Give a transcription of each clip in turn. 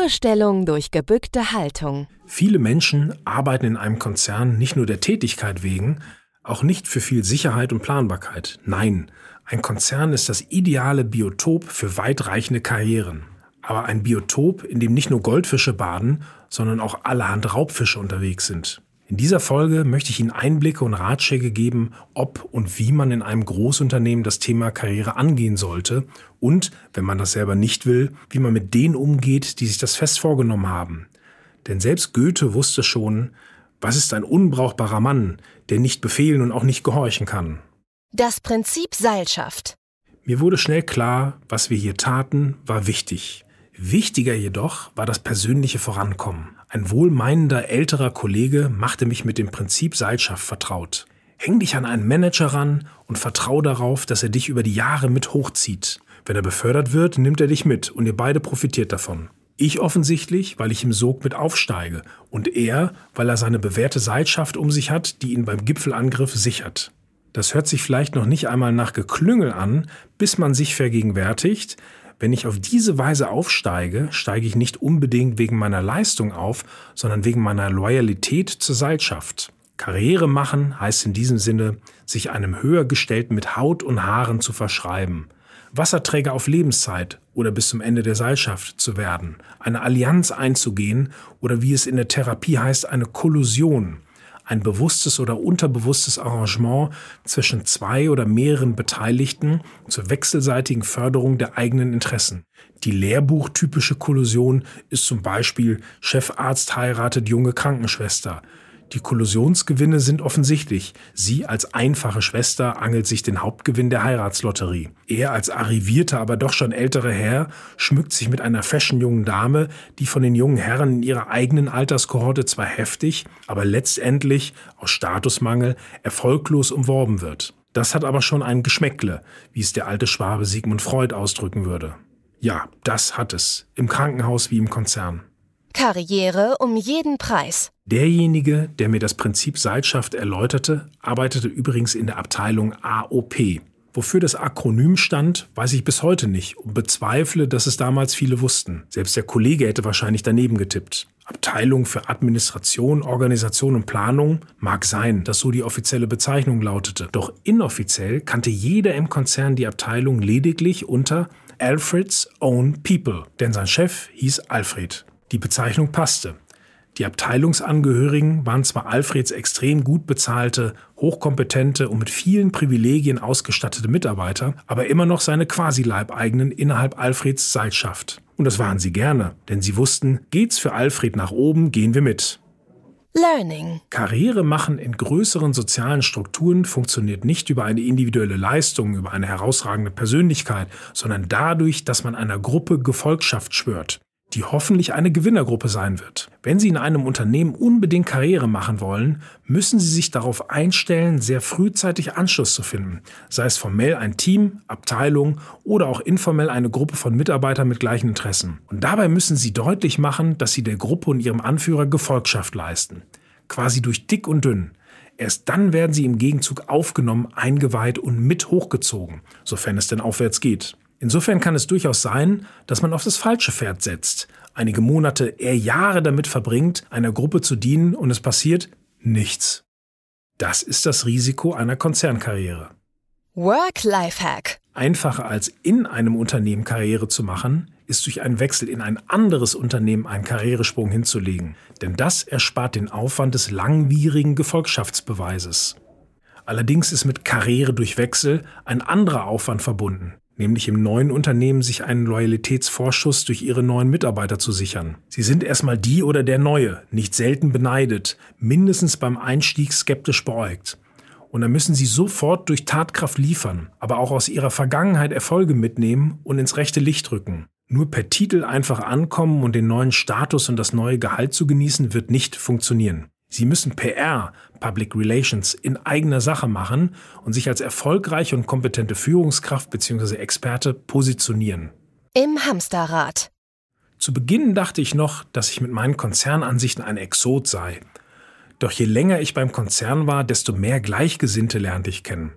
Stellung durch gebückte Haltung. Viele Menschen arbeiten in einem Konzern nicht nur der Tätigkeit wegen, auch nicht für viel Sicherheit und Planbarkeit. Nein, ein Konzern ist das ideale Biotop für weitreichende Karrieren. Aber ein Biotop, in dem nicht nur Goldfische baden, sondern auch allerhand Raubfische unterwegs sind. In dieser Folge möchte ich Ihnen Einblicke und Ratschläge geben, ob und wie man in einem Großunternehmen das Thema Karriere angehen sollte und, wenn man das selber nicht will, wie man mit denen umgeht, die sich das fest vorgenommen haben. Denn selbst Goethe wusste schon, was ist ein unbrauchbarer Mann, der nicht befehlen und auch nicht gehorchen kann. Das Prinzip Seilschaft. Mir wurde schnell klar, was wir hier taten, war wichtig. Wichtiger jedoch war das persönliche Vorankommen. Ein wohlmeinender älterer Kollege machte mich mit dem Prinzip Seilschaft vertraut. Häng dich an einen Manager ran und vertrau darauf, dass er dich über die Jahre mit hochzieht. Wenn er befördert wird, nimmt er dich mit und ihr beide profitiert davon. Ich offensichtlich, weil ich im Sog mit aufsteige und er, weil er seine bewährte Seilschaft um sich hat, die ihn beim Gipfelangriff sichert. Das hört sich vielleicht noch nicht einmal nach Geklüngel an, bis man sich vergegenwärtigt, wenn ich auf diese Weise aufsteige, steige ich nicht unbedingt wegen meiner Leistung auf, sondern wegen meiner Loyalität zur Seilschaft. Karriere machen heißt in diesem Sinne, sich einem Höhergestellten mit Haut und Haaren zu verschreiben. Wasserträger auf Lebenszeit oder bis zum Ende der Seilschaft zu werden. Eine Allianz einzugehen oder wie es in der Therapie heißt, eine Kollusion. Ein bewusstes oder unterbewusstes Arrangement zwischen zwei oder mehreren Beteiligten zur wechselseitigen Förderung der eigenen Interessen. Die lehrbuchtypische Kollusion ist zum Beispiel Chefarzt heiratet junge Krankenschwester. Die Kollusionsgewinne sind offensichtlich. Sie als einfache Schwester angelt sich den Hauptgewinn der Heiratslotterie. Er als arrivierter, aber doch schon älterer Herr schmückt sich mit einer fashion jungen Dame, die von den jungen Herren in ihrer eigenen Alterskohorte zwar heftig, aber letztendlich aus Statusmangel erfolglos umworben wird. Das hat aber schon ein Geschmäckle, wie es der alte Schwabe Sigmund Freud ausdrücken würde. Ja, das hat es. Im Krankenhaus wie im Konzern. Karriere um jeden Preis. Derjenige, der mir das Prinzip Seilschaft erläuterte, arbeitete übrigens in der Abteilung AOP. Wofür das Akronym stand, weiß ich bis heute nicht und bezweifle, dass es damals viele wussten. Selbst der Kollege hätte wahrscheinlich daneben getippt. Abteilung für Administration, Organisation und Planung mag sein, dass so die offizielle Bezeichnung lautete. Doch inoffiziell kannte jeder im Konzern die Abteilung lediglich unter Alfred's Own People, denn sein Chef hieß Alfred. Die Bezeichnung passte. Die Abteilungsangehörigen waren zwar Alfreds extrem gut bezahlte, hochkompetente und mit vielen Privilegien ausgestattete Mitarbeiter, aber immer noch seine Quasi-Leibeigenen innerhalb Alfreds Seilschaft. Und das waren sie gerne, denn sie wussten, geht's für Alfred nach oben, gehen wir mit. Learning. Karriere machen in größeren sozialen Strukturen funktioniert nicht über eine individuelle Leistung, über eine herausragende Persönlichkeit, sondern dadurch, dass man einer Gruppe Gefolgschaft schwört, die hoffentlich eine Gewinnergruppe sein wird. Wenn Sie in einem Unternehmen unbedingt Karriere machen wollen, müssen Sie sich darauf einstellen, sehr frühzeitig Anschluss zu finden. Sei es formell ein Team, Abteilung oder auch informell eine Gruppe von Mitarbeitern mit gleichen Interessen. Und dabei müssen Sie deutlich machen, dass Sie der Gruppe und ihrem Anführer Gefolgschaft leisten. Quasi durch dick und dünn. Erst dann werden Sie im Gegenzug aufgenommen, eingeweiht und mit hochgezogen, sofern es denn aufwärts geht. Insofern kann es durchaus sein, dass man auf das falsche Pferd setzt, einige Monate, eher Jahre damit verbringt, einer Gruppe zu dienen und es passiert nichts. Das ist das Risiko einer Konzernkarriere. Work-Life-Hack. Einfacher als in einem Unternehmen Karriere zu machen, ist durch einen Wechsel in ein anderes Unternehmen einen Karrieresprung hinzulegen. Denn das erspart den Aufwand des langwierigen Gefolgschaftsbeweises. Allerdings ist mit Karriere durch Wechsel ein anderer Aufwand verbunden. Nämlich im neuen Unternehmen sich einen Loyalitätsvorschuss durch ihre neuen Mitarbeiter zu sichern. Sie sind erstmal die oder der Neue, nicht selten beneidet, mindestens beim Einstieg skeptisch beäugt. Und dann müssen sie sofort durch Tatkraft liefern, aber auch aus ihrer Vergangenheit Erfolge mitnehmen und ins rechte Licht rücken. Nur per Titel einfach ankommen und den neuen Status und das neue Gehalt zu genießen, wird nicht funktionieren. Sie müssen PR, Public Relations, in eigener Sache machen und sich als erfolgreiche und kompetente Führungskraft bzw. Experte positionieren. Im Hamsterrad. Zu Beginn dachte ich noch, dass ich mit meinen Konzernansichten ein Exot sei. Doch je länger ich beim Konzern war, desto mehr Gleichgesinnte lernte ich kennen.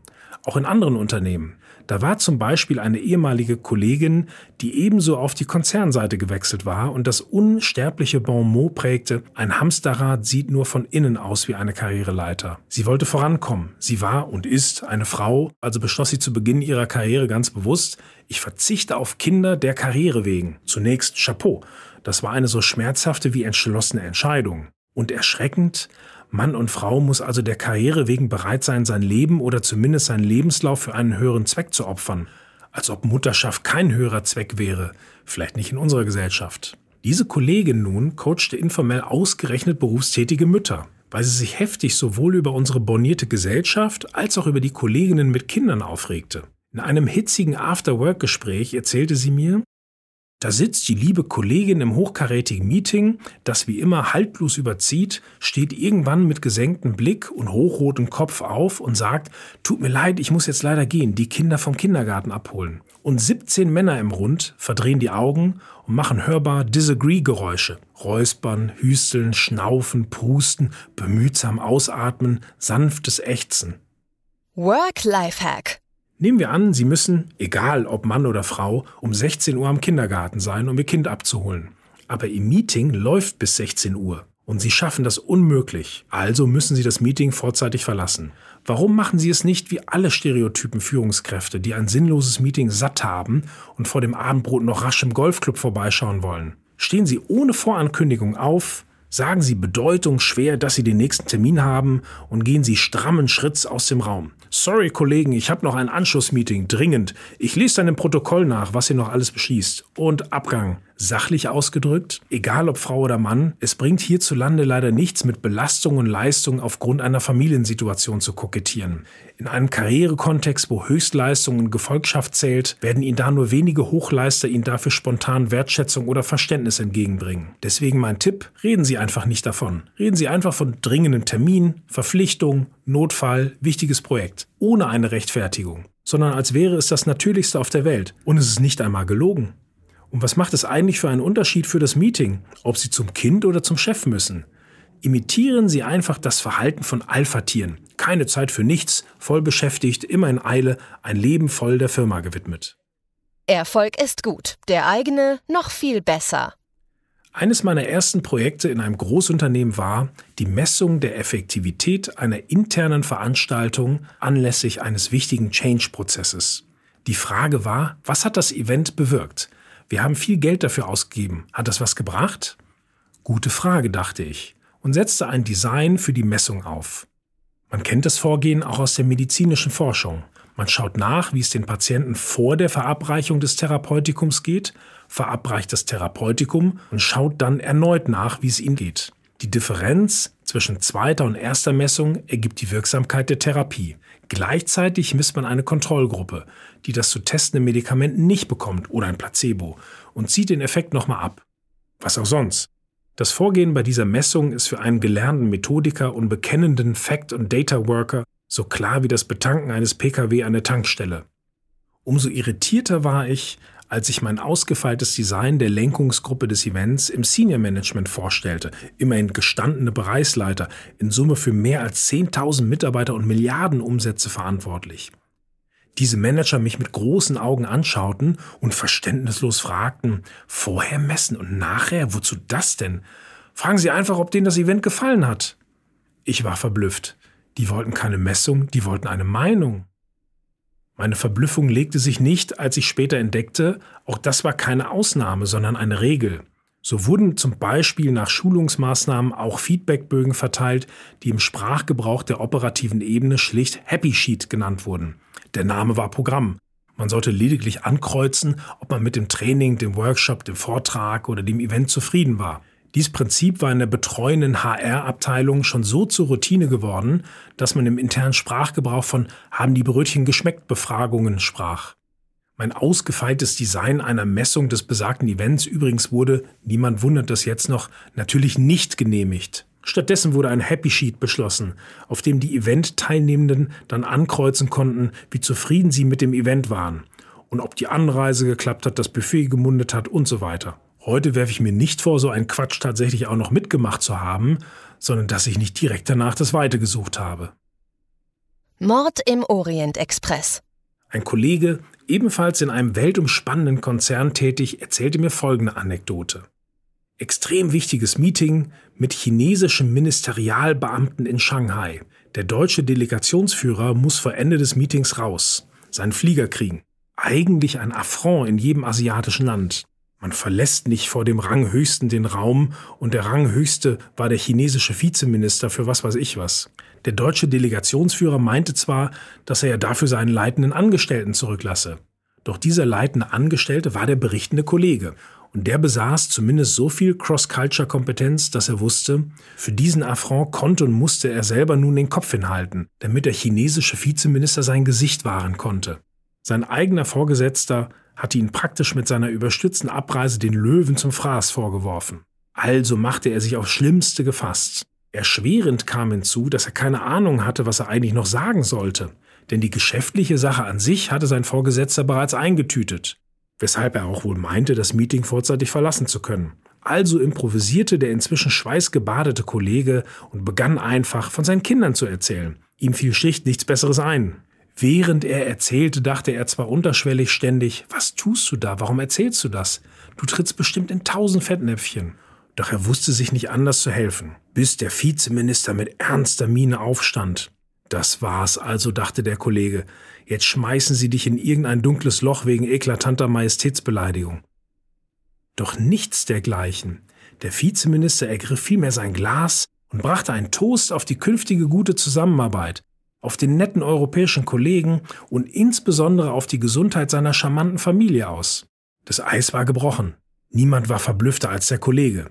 auch in anderen Unternehmen. Da war zum Beispiel eine ehemalige Kollegin, die ebenso auf die Konzernseite gewechselt war und das unsterbliche Bonmot prägte: Ein Hamsterrad sieht nur von innen aus wie eine Karriereleiter. Sie wollte vorankommen. Sie war und ist eine Frau, also beschloss sie zu Beginn ihrer Karriere ganz bewusst: Ich verzichte auf Kinder der Karriere wegen. Zunächst Chapeau. Das war eine so schmerzhafte wie entschlossene Entscheidung. Und erschreckend: Mann und Frau muss also der Karriere wegen bereit sein, sein Leben oder zumindest seinen Lebenslauf für einen höheren Zweck zu opfern. Als ob Mutterschaft kein höherer Zweck wäre. Vielleicht nicht in unserer Gesellschaft. Diese Kollegin nun coachte informell ausgerechnet berufstätige Mütter, weil sie sich heftig sowohl über unsere bornierte Gesellschaft als auch über die Kolleginnen mit Kindern aufregte. In einem hitzigen After-Work-Gespräch erzählte sie mir: Da sitzt die liebe Kollegin im hochkarätigen Meeting, das wie immer haltlos überzieht, steht irgendwann mit gesenktem Blick und hochrotem Kopf auf und sagt: Tut mir leid, ich muss jetzt leider gehen, die Kinder vom Kindergarten abholen. Und 17 Männer im Rund verdrehen die Augen und machen hörbar Disagree-Geräusche. Räuspern, Hüsteln, Schnaufen, Prusten, bemühtsam ausatmen, sanftes Ächzen. Work-Life-Hack. Nehmen wir an, Sie müssen, egal ob Mann oder Frau, um 16 Uhr am Kindergarten sein, um Ihr Kind abzuholen. Aber Ihr Meeting läuft bis 16 Uhr und Sie schaffen das unmöglich. Also müssen Sie das Meeting vorzeitig verlassen. Warum machen Sie es nicht wie alle stereotypen Führungskräfte, die ein sinnloses Meeting satt haben und vor dem Abendbrot noch rasch im Golfclub vorbeischauen wollen? Stehen Sie ohne Vorankündigung auf, sagen Sie bedeutungsschwer, dass Sie den nächsten Termin haben und gehen Sie strammen Schritts aus dem Raum. Sorry, Kollegen, ich habe noch ein Anschlussmeeting, dringend. Ich lese dann im Protokoll nach, was ihr noch alles beschließt. Und Abgang. Sachlich ausgedrückt, egal ob Frau oder Mann, es bringt hierzulande leider nichts, mit Belastung und Leistung aufgrund einer Familiensituation zu kokettieren. In einem Karrierekontext, wo Höchstleistung und Gefolgschaft zählt, werden Ihnen da nur wenige Hochleister Ihnen dafür spontan Wertschätzung oder Verständnis entgegenbringen. Deswegen mein Tipp: Reden Sie einfach nicht davon. Reden Sie einfach von dringendem Termin, Verpflichtung, Notfall, wichtiges Projekt. Ohne eine Rechtfertigung. Sondern als wäre es das Natürlichste auf der Welt. Und es ist nicht einmal gelogen. Und was macht es eigentlich für einen Unterschied für das Meeting, ob Sie zum Kind oder zum Chef müssen? Imitieren Sie einfach das Verhalten von Alpha-Tieren. Keine Zeit für nichts, voll beschäftigt, immer in Eile, ein Leben voll der Firma gewidmet. Erfolg ist gut, der eigene noch viel besser. Eines meiner ersten Projekte in einem Großunternehmen war die Messung der Effektivität einer internen Veranstaltung anlässlich eines wichtigen Change-Prozesses. Die Frage war: Was hat das Event bewirkt? Wir haben viel Geld dafür ausgegeben. Hat das was gebracht? Gute Frage, dachte ich, und setzte ein Design für die Messung auf. Man kennt das Vorgehen auch aus der medizinischen Forschung. Man schaut nach, wie es den Patienten vor der Verabreichung des Therapeutikums geht, verabreicht das Therapeutikum und schaut dann erneut nach, wie es ihnen geht. Die Differenz zwischen zweiter und erster Messung ergibt die Wirksamkeit der Therapie. Gleichzeitig misst man eine Kontrollgruppe, die das zu testende Medikament nicht bekommt oder ein Placebo, und zieht den Effekt nochmal ab. Was auch sonst. Das Vorgehen bei dieser Messung ist für einen gelernten Methodiker und bekennenden Fact- und Data-Worker so klar wie das Betanken eines PKW an der Tankstelle. Umso irritierter war ich, als ich mein ausgefeiltes Design der Lenkungsgruppe des Events im Senior Management vorstellte, immerhin gestandene Bereichsleiter, in Summe für mehr als 10.000 Mitarbeiter und Milliarden Umsätze verantwortlich. Diese Manager mich mit großen Augen anschauten und verständnislos fragten: Vorher messen und nachher? Wozu das denn? Fragen Sie einfach, ob denen das Event gefallen hat. Ich war verblüfft. Die wollten keine Messung, die wollten eine Meinung. Meine Verblüffung legte sich nicht, als ich später entdeckte, auch das war keine Ausnahme, sondern eine Regel. So wurden zum Beispiel nach Schulungsmaßnahmen auch Feedbackbögen verteilt, die im Sprachgebrauch der operativen Ebene schlicht Happy Sheet genannt wurden. Der Name war Programm. Man sollte lediglich ankreuzen, ob man mit dem Training, dem Workshop, dem Vortrag oder dem Event zufrieden war. Dieses Prinzip war in der betreuenden HR-Abteilung schon so zur Routine geworden, dass man im internen Sprachgebrauch von »haben die Brötchen geschmeckt« Befragungen sprach. Mein ausgefeiltes Design einer Messung des besagten Events übrigens wurde, niemand wundert das jetzt noch, natürlich nicht genehmigt. Stattdessen wurde ein Happy Sheet beschlossen, auf dem die Event-Teilnehmenden dann ankreuzen konnten, wie zufrieden sie mit dem Event waren und ob die Anreise geklappt hat, das Buffet gemundet hat und so weiter. Heute werfe ich mir nicht vor, so einen Quatsch tatsächlich auch noch mitgemacht zu haben, sondern dass ich nicht direkt danach das Weite gesucht habe. Mord im Orient Express. Ein Kollege, ebenfalls in einem weltumspannenden Konzern tätig, erzählte mir folgende Anekdote. Extrem wichtiges Meeting mit chinesischen Ministerialbeamten in Shanghai. Der deutsche Delegationsführer muss vor Ende des Meetings raus, seinen Flieger kriegen. Eigentlich ein Affront in jedem asiatischen Land. Man verlässt nicht vor dem Ranghöchsten den Raum und der Ranghöchste war der chinesische Vizeminister für was weiß ich was. Der deutsche Delegationsführer meinte zwar, dass er ja dafür seinen leitenden Angestellten zurücklasse. Doch dieser leitende Angestellte war der berichtende Kollege. Und der besaß zumindest so viel Cross-Culture-Kompetenz, dass er wusste, für diesen Affront konnte und musste er selber nun den Kopf hinhalten, damit der chinesische Vizeminister sein Gesicht wahren konnte. Sein eigener Vorgesetzter hatte ihn praktisch mit seiner überstürzten Abreise den Löwen zum Fraß vorgeworfen. Also machte er sich aufs Schlimmste gefasst. Erschwerend kam hinzu, dass er keine Ahnung hatte, was er eigentlich noch sagen sollte. Denn die geschäftliche Sache an sich hatte sein Vorgesetzter bereits eingetütet. Weshalb er auch wohl meinte, das Meeting vorzeitig verlassen zu können. Also improvisierte der inzwischen schweißgebadete Kollege und begann einfach von seinen Kindern zu erzählen. Ihm fiel schlicht nichts Besseres ein. Während er erzählte, dachte er zwar unterschwellig ständig, was tust du da, warum erzählst du das? Du trittst bestimmt in 1000 Fettnäpfchen. Doch er wusste sich nicht anders zu helfen, bis der Vizeminister mit ernster Miene aufstand. Das war's also, dachte der Kollege. Jetzt schmeißen sie dich in irgendein dunkles Loch wegen eklatanter Majestätsbeleidigung. Doch nichts dergleichen. Der Vizeminister ergriff vielmehr sein Glas und brachte einen Toast auf die künftige gute Zusammenarbeit, auf den netten europäischen Kollegen und insbesondere auf die Gesundheit seiner charmanten Familie aus. Das Eis war gebrochen. Niemand war verblüffter als der Kollege.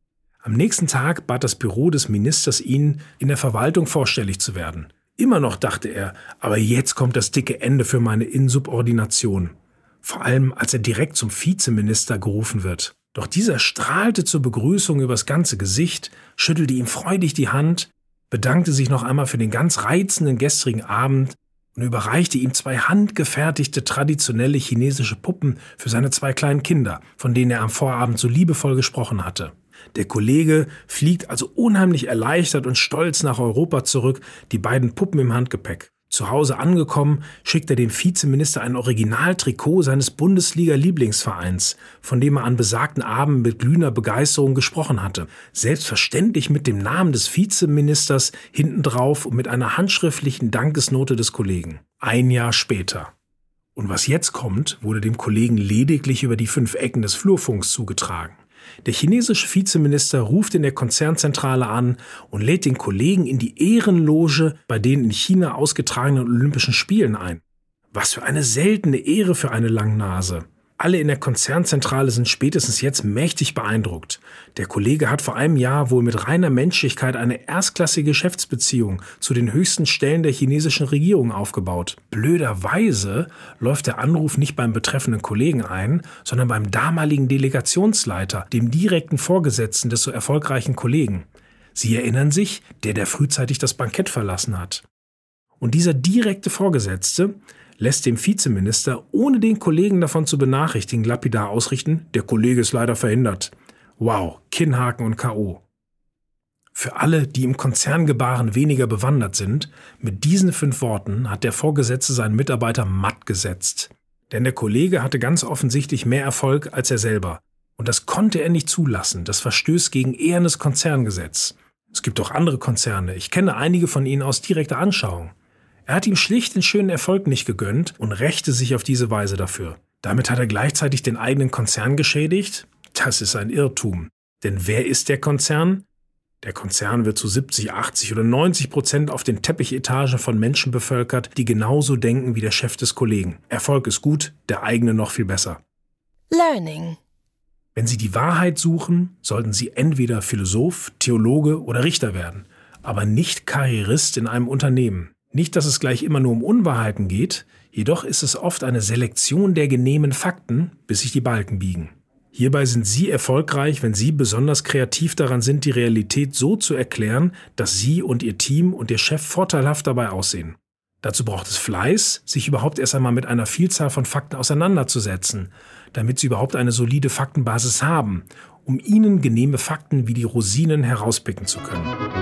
Am nächsten Tag bat das Büro des Ministers ihn, in der Verwaltung vorstellig zu werden. Immer noch, dachte er, aber jetzt kommt das dicke Ende für meine Insubordination. Vor allem, als er direkt zum Vizeminister gerufen wird. Doch dieser strahlte zur Begrüßung übers ganze Gesicht, schüttelte ihm freudig die Hand, bedankte sich noch einmal für den ganz reizenden gestrigen Abend und überreichte ihm 2 handgefertigte traditionelle chinesische Puppen für seine 2 kleinen Kinder, von denen er am Vorabend so liebevoll gesprochen hatte. Der Kollege fliegt also unheimlich erleichtert und stolz nach Europa zurück, die beiden Puppen im Handgepäck. Zu Hause angekommen, schickt er dem Vizeminister ein Originaltrikot seines Bundesliga-Lieblingsvereins, von dem er an besagten Abend mit glühender Begeisterung gesprochen hatte. Selbstverständlich mit dem Namen des Vizeministers hintendrauf und mit einer handschriftlichen Dankesnote des Kollegen. 1 Jahr später. Und was jetzt kommt, wurde dem Kollegen lediglich über die 5 Ecken des Flurfunks zugetragen. Der chinesische Vizeminister ruft in der Konzernzentrale an und lädt den Kollegen in die Ehrenloge bei den in China ausgetragenen Olympischen Spielen ein. Was für eine seltene Ehre für eine Langnase. Alle in der Konzernzentrale sind spätestens jetzt mächtig beeindruckt. Der Kollege hat vor einem Jahr wohl mit reiner Menschlichkeit eine erstklassige Geschäftsbeziehung zu den höchsten Stellen der chinesischen Regierung aufgebaut. Blöderweise läuft der Anruf nicht beim betreffenden Kollegen ein, sondern beim damaligen Delegationsleiter, dem direkten Vorgesetzten des so erfolgreichen Kollegen. Sie erinnern sich, der frühzeitig das Bankett verlassen hat. Und dieser direkte Vorgesetzte lässt dem Vizeminister, ohne den Kollegen davon zu benachrichtigen, lapidar ausrichten, der Kollege ist leider verhindert. Wow, Kinnhaken und K.O. Für alle, die im Konzerngebaren weniger bewandert sind, mit diesen 5 Worten hat der Vorgesetzte seinen Mitarbeiter matt gesetzt. Denn der Kollege hatte ganz offensichtlich mehr Erfolg als er selber. Und das konnte er nicht zulassen. Das verstößt gegen ehernes Konzerngesetz. Es gibt auch andere Konzerne. Ich kenne einige von ihnen aus direkter Anschauung. Er hat ihm schlicht den schönen Erfolg nicht gegönnt und rächte sich auf diese Weise dafür. Damit hat er gleichzeitig den eigenen Konzern geschädigt? Das ist ein Irrtum. Denn wer ist der Konzern? Der Konzern wird zu 70, 80 oder 90% auf den Teppichetagen von Menschen bevölkert, die genauso denken wie der Chef des Kollegen. Erfolg ist gut, der eigene noch viel besser. Learning. Wenn Sie die Wahrheit suchen, sollten Sie entweder Philosoph, Theologe oder Richter werden, aber nicht Karrierist in einem Unternehmen. Nicht, dass es gleich immer nur um Unwahrheiten geht, jedoch ist es oft eine Selektion der genehmen Fakten, bis sich die Balken biegen. Hierbei sind Sie erfolgreich, wenn Sie besonders kreativ daran sind, die Realität so zu erklären, dass Sie und Ihr Team und Ihr Chef vorteilhaft dabei aussehen. Dazu braucht es Fleiß, sich überhaupt erst einmal mit einer Vielzahl von Fakten auseinanderzusetzen, damit Sie überhaupt eine solide Faktenbasis haben, um Ihnen genehme Fakten wie die Rosinen herauspicken zu können.